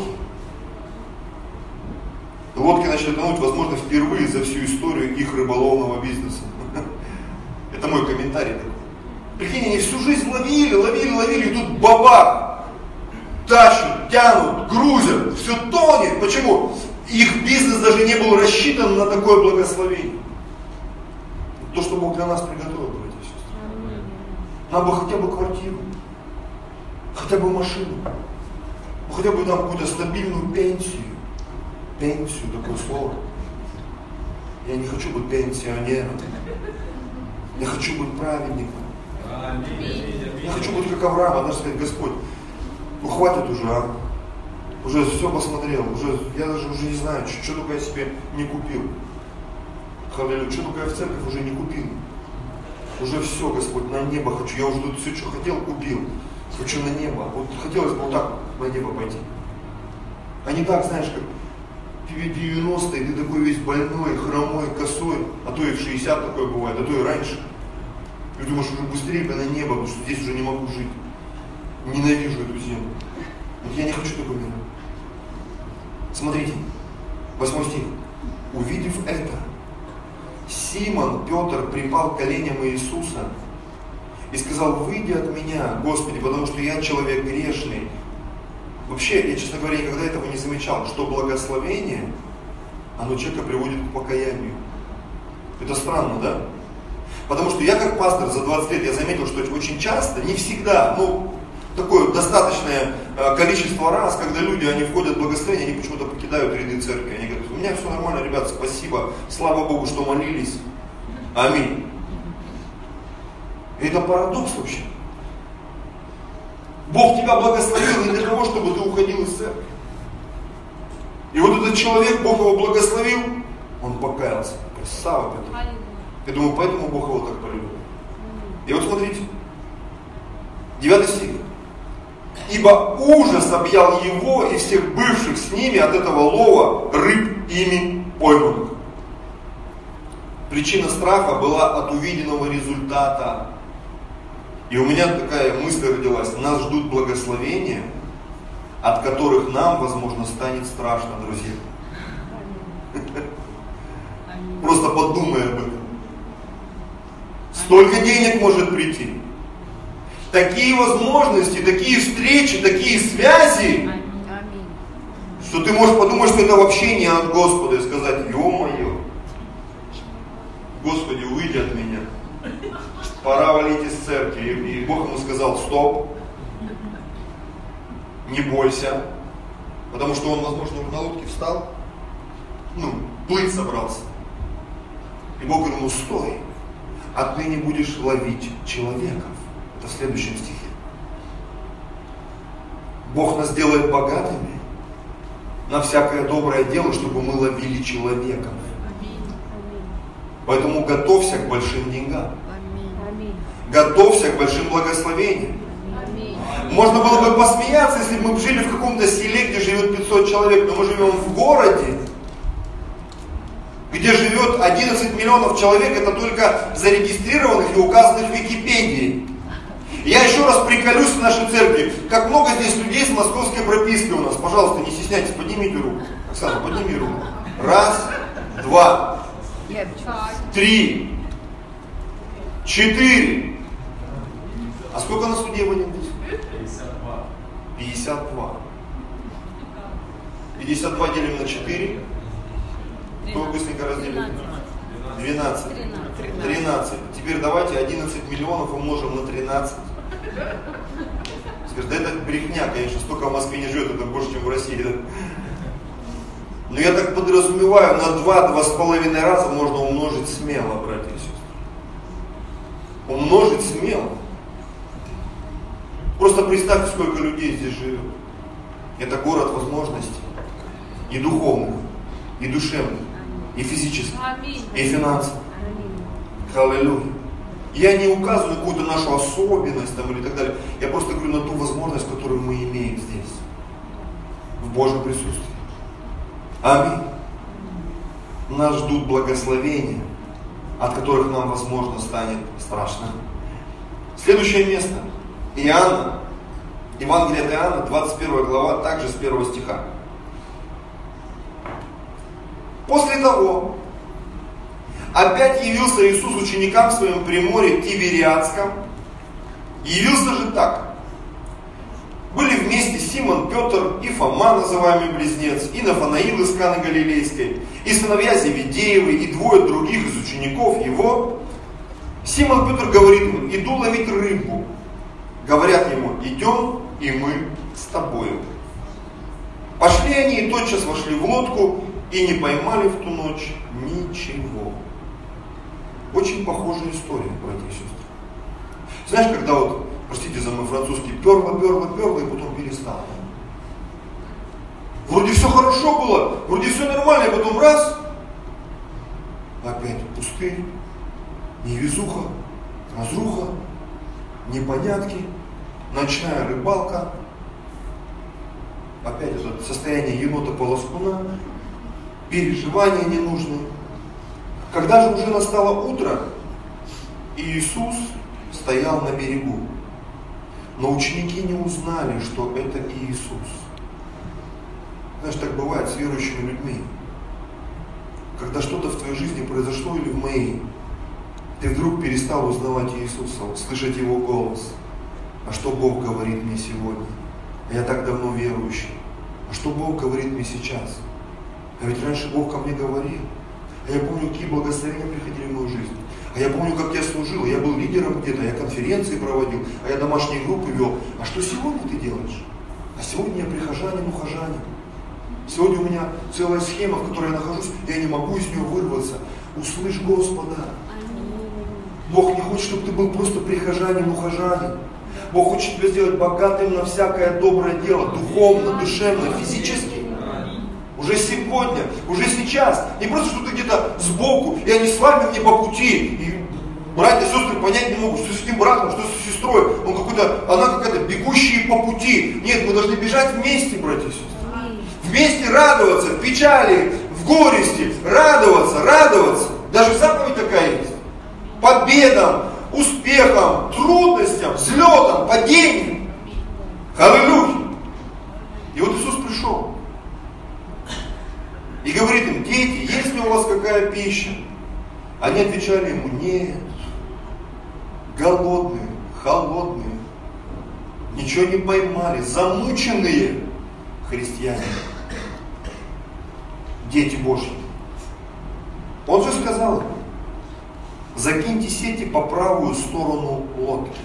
Speaker 1: Лодки начали тонуть, возможно, впервые за всю историю их рыболовного бизнеса. Это мой комментарий такой. Прикинь, они всю жизнь ловили, ловили, ловили, и тут бабах! Тащат, тянут, грузят, все тонет. Почему? Их бизнес даже не был рассчитан на такое благословение. То, что Бог для нас приготовил, братья и сестры. Нам бы хотя бы квартиру, хотя бы машину, хотя бы там какую-то стабильную пенсию. Пенсию, такое слово. Я не хочу быть пенсионером. Я хочу быть праведником. Я хочу быть как Авраам, однажды сказать, Господь, ну хватит уже, а? Уже все посмотрел, уже, я даже уже не знаю, что, что только я себе не купил. Халилюя, что только я в церковь уже не купил. Уже все, Господь, на небо хочу. Я уже тут все, что хотел, купил. Хочу на небо. Вот хотелось бы вот так на небо пойти. А не так, знаешь, как тебе девяностые, ты такой весь больной, хромой, косой, а то и в шестьдесят такое бывает, а то и раньше. И думаешь, уже быстрее бы на небо, потому что здесь уже не могу жить. Ненавижу эту землю. Вот я не хочу такой мир. Смотрите, восьмой стих. Увидев это, Симон Петр припал к коленям Иисуса и сказал, выйди от меня, Господи, потому что я человек грешный. Вообще, я, честно говоря, никогда этого не замечал, что благословение, оно человека приводит к покаянию. Это странно, да? Потому что я как пастор за двадцать лет, я заметил, что очень часто, не всегда, ну, такое достаточное количество раз, когда люди, они входят в благословение, они почему-то покидают ряды церкви. Они говорят, у меня все нормально, ребят, спасибо, слава Богу, что молились. Аминь. И это парадокс вообще. Бог тебя благословил не для того, чтобы ты уходил из церкви. И вот этот человек, Бог его благословил, он покаялся. Красава, Петр. Я думаю, поэтому Бог его так полюбил. И вот смотрите, девятый стих. Ибо ужас объял его и всех бывших с ними от этого лова рыб ими пойманных. Причина страха была от увиденного результата. И у меня такая мысль родилась. Нас ждут благословения, от которых нам, возможно, станет страшно, друзья. Просто подумай об этом. Столько денег может прийти. Такие возможности, такие встречи, такие связи, что ты можешь подумать, что это вообще не от Господа, и сказать: ё-моё, Господи, уйди от меня, пора валить из церкви. И Бог ему сказал: стоп, не бойся, потому что он, возможно, на лодке встал, ну, плыть собрался. И Бог говорит ему: стой, отныне будешь ловить человеков. Это в следующем стихе. Бог нас делает богатыми на всякое доброе дело, чтобы мы ловили человеков. Поэтому готовься к большим деньгам. Готовься к большим благословениям. Можно было бы посмеяться, если бы мы жили в каком-то селе, где живет пятьсот человек, но мы живем в городе, где живет одиннадцать миллионов человек, это только зарегистрированных и указанных в Википедии. Я еще раз приколюсь в нашей церкви. Как много здесь людей с московской пропиской у нас. Пожалуйста, не стесняйтесь, поднимите руку. Оксана, подними руку. Раз, два, три, четыре. А сколько на суде вы не будете? пятьдесят два. пятьдесят два делим на четыре. Кто быстренько разделит? двенадцать. тринадцать. Теперь давайте одиннадцать миллионов умножим на тринадцать. Скажешь: да это брехня, конечно, столько в Москве не живет, это больше, чем в России. Да? Но я так подразумеваю, на два-два с половиной раза можно умножить смело, братья и сестры. Умножить смело. Просто представьте, сколько людей здесь живет. Это город возможностей. И духовных, и душевных, и физических, и финансовых. Аллилуйя. Я не указываю на какую-то нашу особенность там, или так далее. Я просто говорю на ту возможность, которую мы имеем здесь. В Божьем присутствии. Аминь. Нас ждут благословения, от которых нам, возможно, станет страшно. Следующее место. Иоанна. Евангелие от Иоанна, двадцать первая глава, также с первого стиха. После того, опять явился Иисус ученикам своим при море Тивериадском. Явился же так. Были вместе Симон, Петр и Фома, называемый Близнец, и Нафанаил из Каны Галилейской, и сыновья Зеведеевы, и двое других из учеников его. Симон Петр говорит ему: иду ловить рыбу. Говорят ему: идем, и мы с тобою. Пошли они и тотчас вошли в лодку, и не поймали в ту ночь ничего. Очень похожая история, братья и сестры. Знаешь, когда вот, простите за мой французский, перло, перло, перло, и потом перестало. Вроде все хорошо было, вроде все нормально, и потом раз, опять пустырь, невезуха, разруха, непонятки, ночная рыбалка, опять это состояние енота-полоскуна, переживания ненужные. Когда же уже настало утро, Иисус стоял на берегу, но ученики не узнали, что это Иисус. Знаешь, так бывает с верующими людьми. Когда что-то в твоей жизни произошло или в моей, ты вдруг перестал узнавать Иисуса, слышать Его голос. А что Бог говорит мне сегодня? Я так давно верующий. А что Бог говорит мне сейчас? А ведь раньше Бог ко мне говорил. А я помню, какие благословения приходили в мою жизнь. А я помню, как я служил. Я был лидером где-то, я конференции проводил, а я домашние группы вел. А что сегодня ты делаешь? А сегодня я прихожанин, ухожанин. Сегодня у меня целая схема, в которой я нахожусь, и я не могу из нее вырваться. Услышь Господа. Бог не хочет, чтобы ты был просто прихожанин, ухожанин. Бог хочет тебя сделать богатым на всякое доброе дело, духовно, душевно, физически. Уже уже сегодня, уже сейчас. Не просто, что ты где-то сбоку, и они с вами не по пути. И братья и сестры понять не могут, что с этим братом, что с сестрой. Он какой-то, она какая-то бегущая по пути. Нет, мы должны бежать вместе, братья и сестры. Вместе радоваться в печали, в горести, радоваться, радоваться. Даже заповедь такая есть. Победам, успехам, трудностям, взлетам, падениям. Аллилуйя. И вот Иисус пришел. И говорит им: дети, есть ли у вас какая пища? Они отвечали ему: нет. Голодные, холодные, ничего не поймали, замученные христиане. Дети Божьи. Он же сказал: закиньте сети по правую сторону лодки.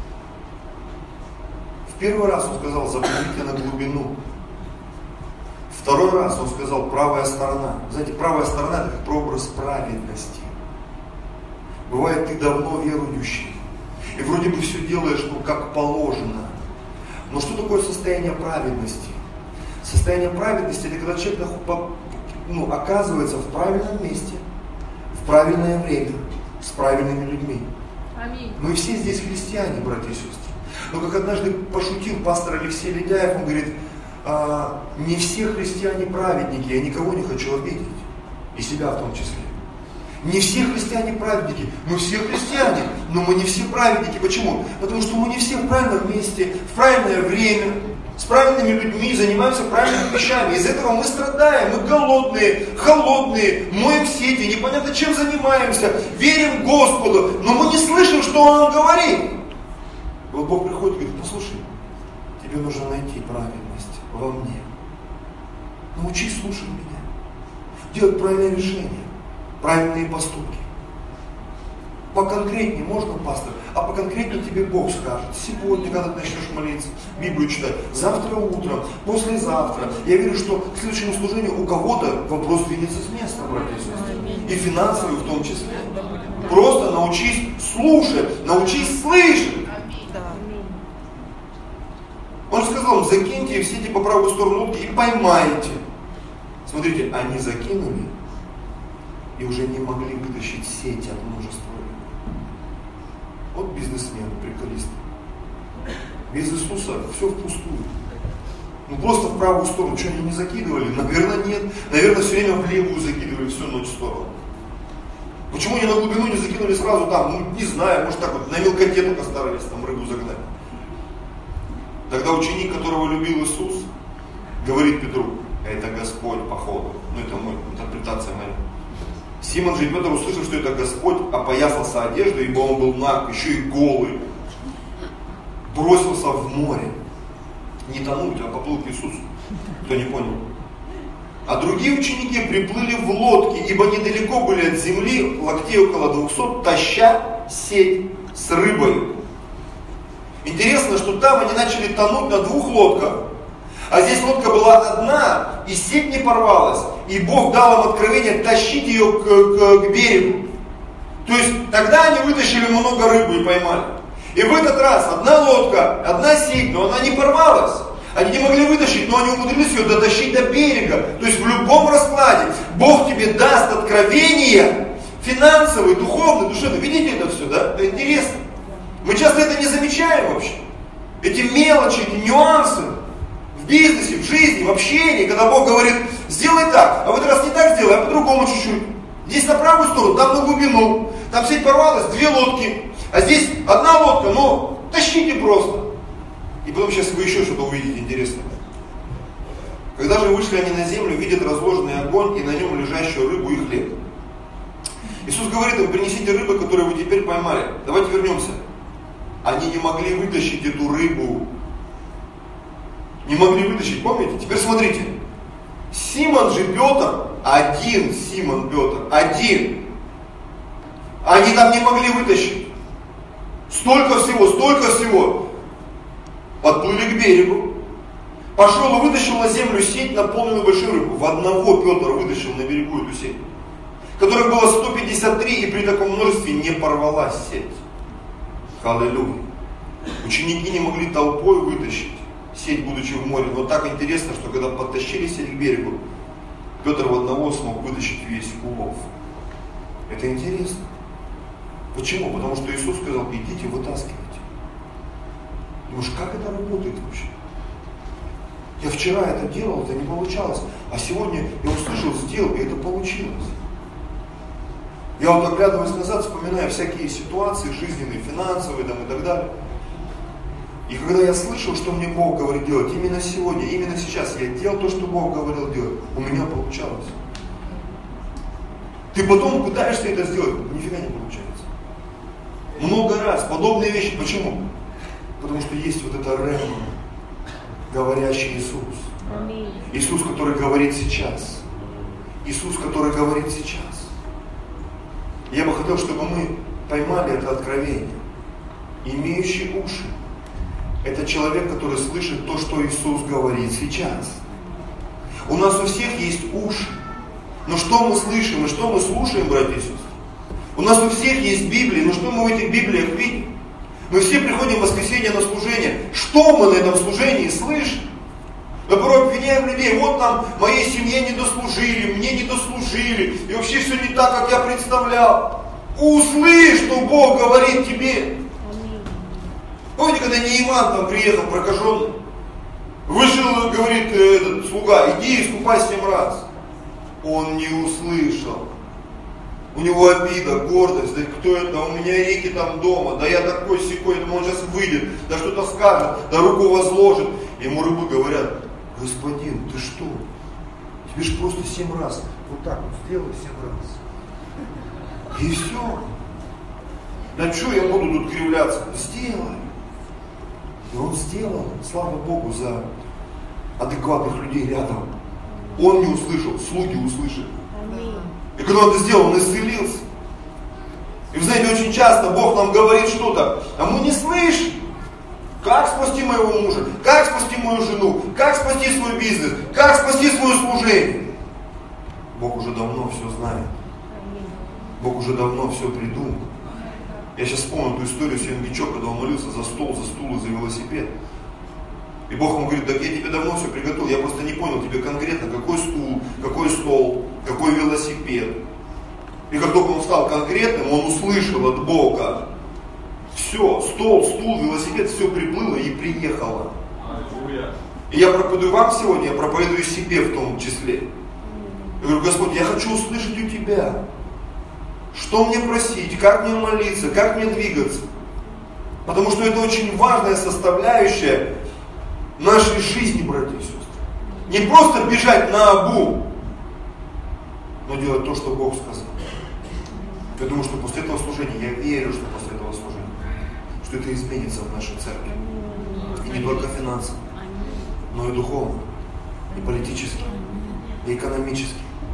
Speaker 1: В первый раз он сказал: заплывите на глубину. Второй раз он сказал: правая сторона. Знаете, правая сторона — это как прообраз праведности. Бывает, ты давно верующий, и вроде бы все делаешь, ну, как положено. Но что такое состояние праведности? Состояние праведности — это когда человек, ну, оказывается в правильном месте, в правильное время, с правильными людьми.
Speaker 2: Аминь.
Speaker 1: Мы все здесь христиане, братья и сестры. Но как однажды пошутил пастор Алексей Ледяев, он говорит: а, не все христиане праведники, я никого не хочу обидеть, и себя в том числе. Не все христиане праведники, мы все христиане, но мы не все праведники. Почему? Потому что мы не все в правильном месте, в правильное время, с правильными людьми, занимаемся правильными вещами. Из этого мы страдаем, мы голодные, холодные, моем сети, непонятно чем занимаемся, верим Господу, но мы не слышим, что Он нам говорит. И вот Бог приходит и говорит: послушай, тебе нужно найти праведность во мне. Научись слушать меня, делать правильные решения, правильные поступки. Поконкретнее можно, пастор, а поконкретнее тебе Бог скажет. Сегодня, когда ты начнешь молиться, Библию читать, завтра утром, послезавтра. Я верю, что к следующему служению у кого-то вопрос двинется с места, братья и сестры. И финансовый в том числе. Просто научись слушать, научись слышать. Он сказал им: закиньте все эти по правую сторону лодки и поймайте. Смотрите, они закинули и уже не могли вытащить сеть от множества рыб. Вот бизнесмен, приколист. Без Иисуса все впустую. Ну просто в правую сторону. Что, они не закидывали? Наверное, нет. Наверное, все время в левую закидывали всю ночь в сторону. Почему не на глубину не закинули сразу там? Ну, не знаю, может так вот на мелкоте только старались там рыбу загнать. Тогда ученик, которого любил Иисус, говорит Петру: это Господь, походу. Ну это моя интерпретация моя. Симон же Петр, услышав, что это Господь, опоясался одеждой, ибо он был наг, еще и голый. Бросился в море. Не тонуть, а поплыл к Иисусу. Кто не понял? А другие ученики приплыли в лодке, ибо недалеко были от земли, локтей около двухсот, таща сеть с рыбой. Интересно, что там они начали тонуть на двух лодках. А здесь лодка была одна, и сеть не порвалась. И Бог дал им откровение тащить ее к, к, к берегу. То есть тогда они вытащили много рыбы и поймали. И в этот раз одна лодка, одна сеть, но она не порвалась. Они не могли вытащить, но они умудрились ее дотащить до берега. То есть в любом раскладе Бог тебе даст откровение финансовое, духовное, душевное. Видите это все, да? Это интересно. Мы часто это не замечаем вообще. Эти мелочи, эти нюансы в бизнесе, в жизни, в общении, когда Бог говорит: сделай так, а в этот раз не так сделай, а по-другому чуть-чуть. Здесь на правую сторону, там на глубину, там сеть порвалась, две лодки, а здесь одна лодка, но тащите просто. И потом сейчас вы еще что-то увидите интересное. Когда же вышли они на землю, видят разложенный огонь и на нем лежащую рыбу и хлеб. Иисус говорит им: принесите рыбу, которую вы теперь поймали. Давайте вернемся. Они не могли вытащить эту рыбу. Не могли вытащить, помните? Теперь смотрите. Симон же Петр, один Симон Петр, один. Они там не могли вытащить. Столько всего, столько всего. Подплыли к берегу. Пошел и вытащил на землю сеть, наполненную большой рыбой. В одного Петр вытащил на берегу эту сеть, которых было сто пятьдесят три, и при таком множестве не порвалась сеть. Аллилуйя. Ученики не могли толпой вытащить сеть, будучи в море. Но так интересно, что когда подтащили сеть к берегу, Петр в одного смог вытащить весь улов. Это интересно. Почему? Потому что Иисус сказал, идите, вытаскивайте. Думаешь, как это работает вообще? Я вчера это делал, это не получалось. А сегодня я услышал, сделал, и это получилось. Я вот оглядываясь назад, вспоминаю всякие ситуации жизненные, финансовые там, и так далее. И когда я слышал, что мне Бог говорит делать, именно сегодня, именно сейчас, я делал то, что Бог говорил делать, у меня получалось. Ты потом пытаешься это сделать, нифига не получается. Много раз подобные вещи. Почему? Потому что есть вот это рема, говорящий Иисус. Иисус, который говорит сейчас. Иисус, который говорит сейчас. Я бы хотел, чтобы мы поймали это откровение. Имеющий уши. Это человек, который слышит то, что Иисус говорит сейчас. У нас у всех есть уши. Но что мы слышим и что мы слушаем, братья и сестры? У нас у всех есть Библии, но что мы в этих Библиях видим? Мы все приходим в воскресенье на служение. Что мы на этом служении слышим? Мы порой обвиняем людей, вот нам моей семье не дослужили, мне не дослужили, и вообще все не так, как я представлял. Услышь, что Бог говорит тебе. Помните, когда не Иван там приехал прокаженный, вышел, говорит этот слуга, иди искупай семь раз. Он не услышал. У него обида, гордость, да кто это, у меня реки там дома, да я такой сякой, я думаю, он сейчас выйдет, да что-то скажет, да руку возложит. Ему рыбы говорят, господин, ты что? Тебе же просто семь раз, вот так вот сделай семь раз. И все. Да что я буду тут кривляться? Сделай. И он сделал, слава Богу, за адекватных людей рядом. Он не услышал, слуги услышали. И когда он это сделал, он исцелился. И вы знаете, очень часто Бог нам говорит что-то, а мы не слышим. Как спасти моего мужа? Как спасти мою жену? Как спасти свой бизнес? Как спасти свое служение? Бог уже давно все знает. Бог уже давно все придумал. Я сейчас вспомнил ту историю с Янгичок, когда он молился за стол, за стул и за велосипед. И Бог ему говорит, так я тебе давно все приготовил, я просто не понял тебе конкретно, какой стул, какой стол, какой велосипед. И как только он стал конкретным, он услышал от Бога. Все, стол, стул, велосипед, все приплыло и приехало. И я проповедую вам сегодня, я проповедую себе в том числе. Я говорю, Господь, я хочу услышать у Тебя. Что мне просить, как мне молиться, как мне двигаться. Потому что это очень важная составляющая нашей жизни, братья и сестры. Не просто бежать наобум, но делать то, что Бог сказал. Я думаю, что после этого служения, я верю, что после этого служения, что это изменится в нашей церкви. И не только финансово, но и духовно, и политически, и экономически,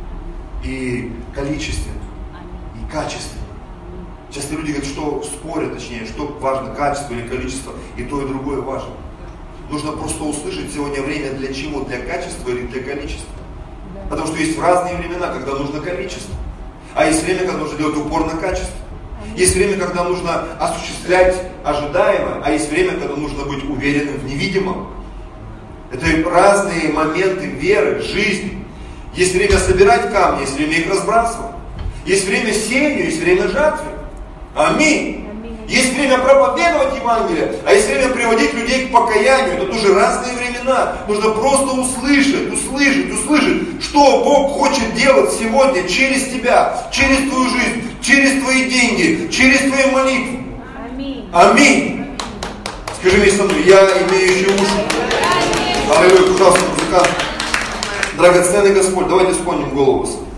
Speaker 1: и количественно, и качественно. Часто люди говорят, что спорят, точнее, что важно, качество или количество, и то, и другое важно. Нужно просто услышать сегодня время для чего? Для качества или для количества? Потому что есть разные времена, когда нужно количество. А есть время, когда нужно делать упор на качество. Есть время, когда нужно осуществлять ожидаемое, а есть время, когда нужно быть уверенным в невидимом. Это разные моменты веры, жизни. Есть время собирать камни, есть время их разбрасывать. Есть время сеянию, есть время жатвы. Аминь. Есть время проповедовать Евангелие, а есть время приводить людей к покаянию. Это тоже разные времена. Нужно просто услышать, услышать, услышать, что Бог хочет делать сегодня через тебя, через твою жизнь, через твои деньги, через твои молитвы. Аминь. Аминь. Скажи мне со мной, я имеющий уши. Аллилуйя, пожалуйста, музыкант. Драгоценный Господь, давайте склоним голову.